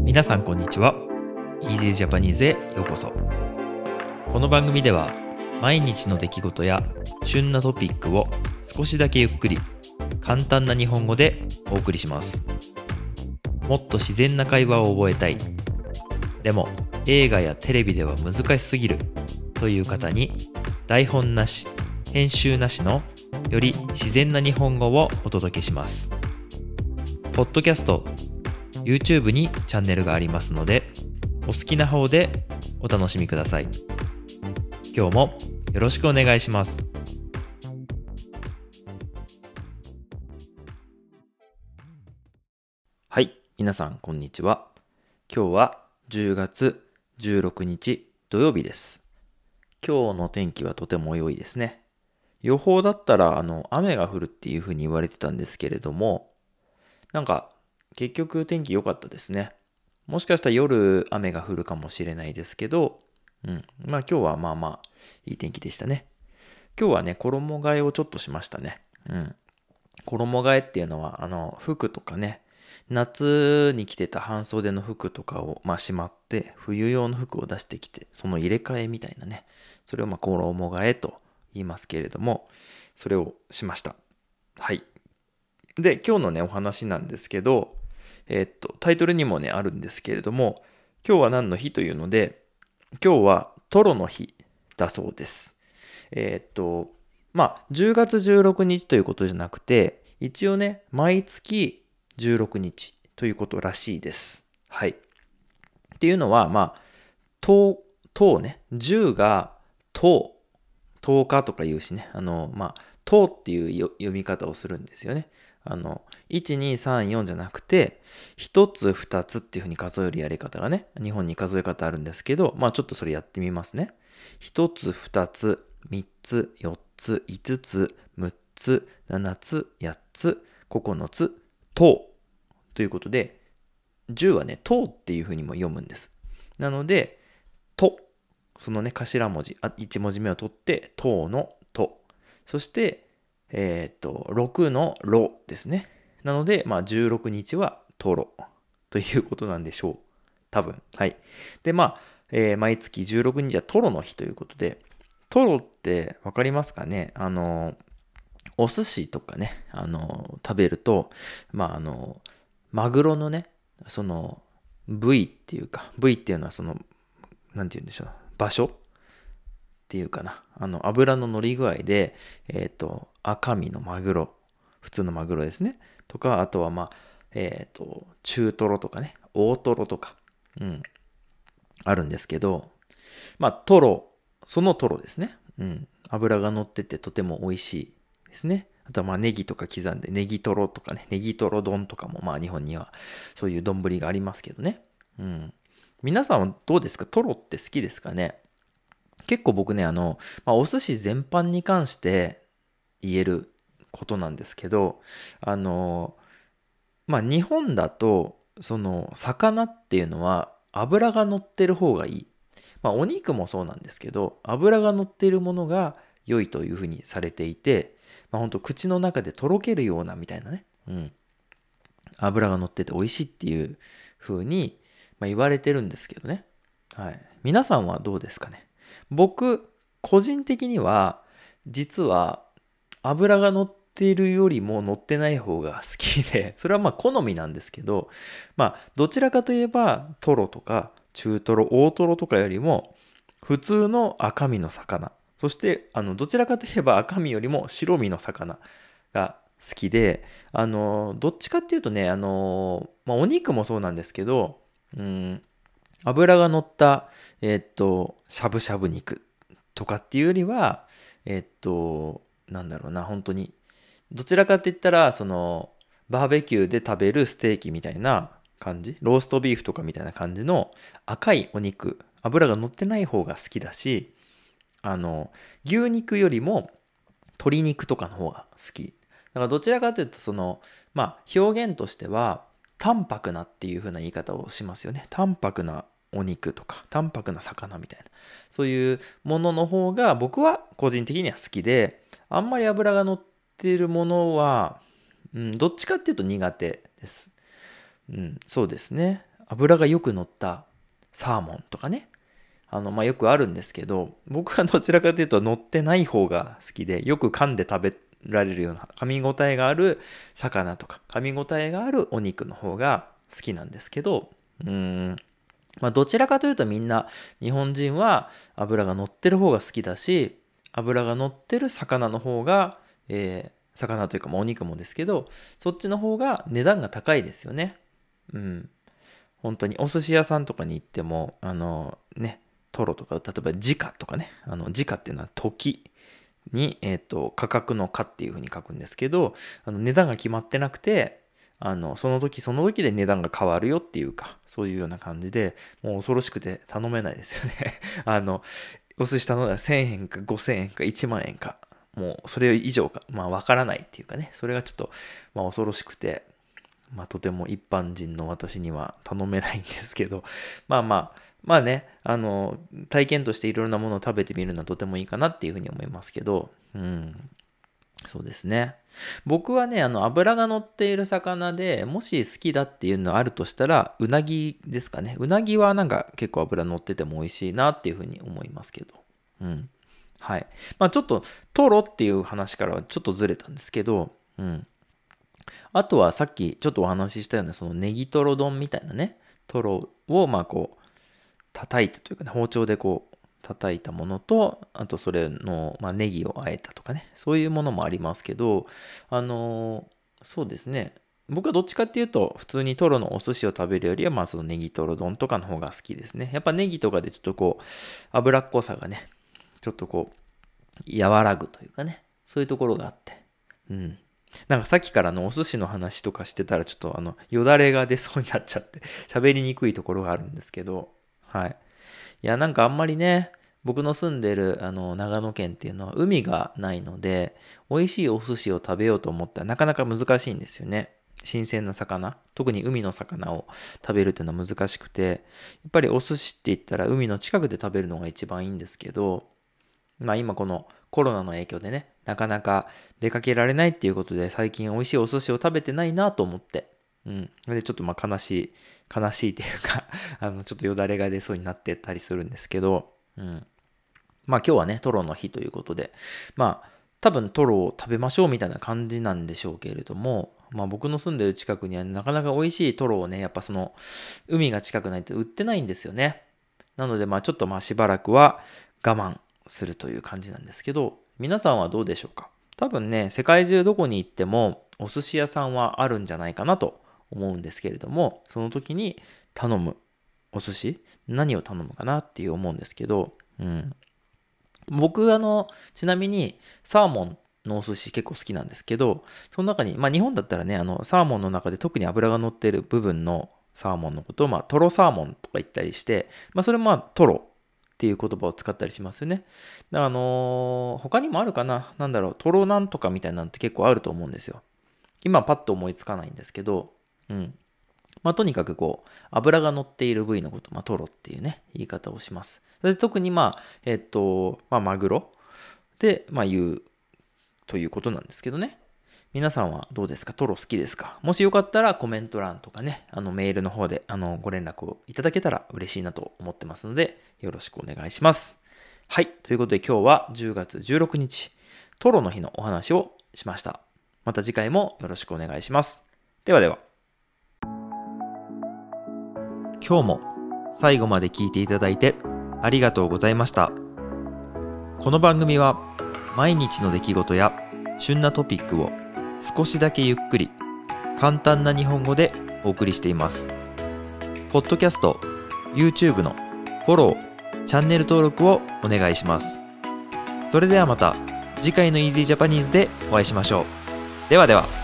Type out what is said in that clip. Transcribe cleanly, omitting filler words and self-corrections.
皆さんこんにちは。 Easy Japanese へようこそ。この番組では毎日の出来事や旬なトピックを少しだけゆっくり簡単な日本語でお送りします。もっと自然な会話を覚えたい、でも映画やテレビでは難しすぎるという方に、台本なし編集なしのより自然な日本語をお届けします。ポッドキャスト、YouTube にチャンネルがありますので、お好きな方でお楽しみください。今日もよろしくお願いします。はい、皆さんこんにちは。今日は10月16日土曜日です。今日の天気はとても良いですね。予報だったら雨が降るっていうふうに言われてたんですけれども、結局天気良かったですね。もしかしたら夜雨が降るかもしれないですけど、今日はまあいい天気でしたね。今日はね、衣替えをちょっとしましたね。衣替えっていうのは服とかね、夏に着てた半袖の服とかをしまって、冬用の服を出してきて、その入れ替えみたいなね、それを衣替えと言いますけれども、それをしました。はい。で、今日のねお話なんですけど、タイトルにもねあるんですけれども、今日は何の日というので、今日はトロの日だそうです。10月16日ということじゃなくて、一応ね毎月16日ということらしいです。はい。っていうのは10ね、10が10日とか言うしね、10っていう読み方をするんですよね。1、2、3、4じゃなくて、1つ、2つっていうふうに数えるやり方がね、日本に数え方あるんですけど、ちょっとそれやってみますね。1つ、2つ、3つ、4つ、5つ、6つ、7つ、8つ、9つ、10ということで、10はね、10っていうふうにも読むんです。なので、と、そのね、頭文字、1文字目を取って、10のと、そして、6のロですね。なので、16日はトロということなんでしょう。多分。はい。で、毎月16日はトロの日ということで、トロってわかりますかね？お寿司とかね、食べると、マグロのね、その部位っていうか、部位っていうのはなんて言うんでしょう、場所っていうかな、油の乗り具合で、赤身のマグロ、普通のマグロですね。とか、あとは中トロとかね、大トロとか、あるんですけど、トロ、そのトロですね。油が乗っててとても美味しいですね。あとはネギとか刻んで、ネギトロとかね、ネギトロ丼とかも日本にはそういう丼がありますけどね。皆さんはどうですか？トロって好きですかね？結構僕ね、お寿司全般に関して言えることなんですけど、日本だと、魚っていうのは脂が乗ってる方がいい。お肉もそうなんですけど、脂が乗っているものが良いというふうにされていて、ほんと口の中でとろけるようなみたいなね、脂が乗ってて美味しいっていうふうに、言われてるんですけどね。はい。皆さんはどうですかね？僕、個人的には、実は脂が乗っているよりも乗ってない方が好きで、それは好みなんですけど、どちらかといえばトロとか中トロ、大トロとかよりも普通の赤身の魚、そしてどちらかといえば赤身よりも白身の魚が好きで、どっちかっていうとね、お肉もそうなんですけど、脂が乗った、しゃぶしゃぶ肉とかっていうよりは、なんだろうな、本当に、どちらかって言ったら、バーベキューで食べるステーキみたいな感じ、ローストビーフとかみたいな感じの赤いお肉、脂が乗ってない方が好きだし、牛肉よりも鶏肉とかの方が好き。だからどちらかというと、表現としては、淡白なっていう風な言い方をしますよね。淡白なお肉とか、淡白な魚みたいな。そういうものの方が僕は個人的には好きで、あんまり脂が乗っているものは、どっちかっていうと苦手です。そうですね。 脂がよく乗ったサーモンとかね、よくあるんですけど、僕はどちらかというと乗ってない方が好きで、よく噛んで食べられるような噛み応えがある魚とか、噛み応えがあるお肉の方が好きなんですけど、どちらかというとみんな日本人は脂が乗ってる方が好きだし、脂が乗ってる魚の方が、魚というかお肉もですけど、そっちの方が値段が高いですよね。本当にお寿司屋さんとかに行っても、トロとか、例えば時価とかね、時価っていうのは時に、価格の価っていうふうに書くんですけど、値段が決まってなくて、その時その時で値段が変わるよっていうか、そういうような感じで、もう恐ろしくて頼めないですよね。お寿司頼んだら1000円か5000円か1万円か、もうそれ以上か、わからないっていうかね、それがちょっと、恐ろしくて、とても一般人の私には頼めないんですけど、体験としていろいろなものを食べてみるのはとてもいいかなっていうふうに思いますけど、そうですね。僕はね、脂が乗っている魚でもし好きだっていうのあるとしたら、うなぎですかね。うなぎはなんか結構脂乗ってても美味しいなっていうふうに思いますけど。はい。ちょっと、トロっていう話からはちょっとずれたんですけど、あとはさっきちょっとお話ししたようなそのネギトロ丼みたいなね、トロを叩いてというかね、包丁で叩いたものと、あとそれの、ネギをあえたとかね、そういうものもありますけど、そうですね。僕はどっちかっていうと、普通にトロのお寿司を食べるよりは、そのネギトロ丼とかの方が好きですね。やっぱネギとかでちょっと脂っこさがね、ちょっと和らぐというかね、そういうところがあって。なんかさっきからお寿司の話とかしてたらちょっとよだれが出そうになっちゃって喋りにくいところがあるんですけど、はい。いや、なんかあんまりね、僕の住んでる長野県っていうのは海がないので、美味しいお寿司を食べようと思ったらなかなか難しいんですよね。新鮮な魚、特に海の魚を食べるっていうのは難しくて、やっぱりお寿司って言ったら海の近くで食べるのが一番いいんですけど、今このコロナの影響でね、なかなか出かけられないっていうことで最近美味しいお寿司を食べてないなと思って、でちょっと悲しいっていうかちょっとよだれが出そうになってたりするんですけど、今日はね、トロの日ということで、多分トロを食べましょうみたいな感じなんでしょうけれども、僕の住んでる近くにはなかなか美味しいトロをね、やっぱその海が近くないと売ってないんですよね。なのでちょっとしばらくは我慢するという感じなんですけど、皆さんはどうでしょうか？多分ね、世界中どこに行ってもお寿司屋さんはあるんじゃないかなと思うんですけれども、その時に頼むお寿司、何を頼むかなっていう思うんですけど、僕ちなみにサーモンのお寿司結構好きなんですけど、その中に、日本だったらね、サーモンの中で特に脂が乗っている部分のサーモンのことを、トロサーモンとか言ったりして、それもトロっていう言葉を使ったりしますよね。他にもあるかな、トロなんとかみたいなのって結構あると思うんですよ。今パッと思いつかないんですけど、とにかく脂が乗っている部位のこと、トロっていうね、言い方をします。で特にマグロで、言うということなんですけどね。皆さんはどうですか？トロ好きですか？もしよかったらコメント欄とかね、メールの方でご連絡をいただけたら嬉しいなと思ってますので、よろしくお願いします。はい。ということで今日は10月16日、トロの日のお話をしました。また次回もよろしくお願いします。ではでは。今日も最後まで聞いていただいてありがとうございました。この番組は毎日の出来事や旬なトピックを少しだけゆっくり簡単な日本語でお送りしています。ポッドキャスト、YouTube のフォロー、チャンネル登録をお願いします。それではまた次回の Easy Japanese でお会いしましょう。ではでは。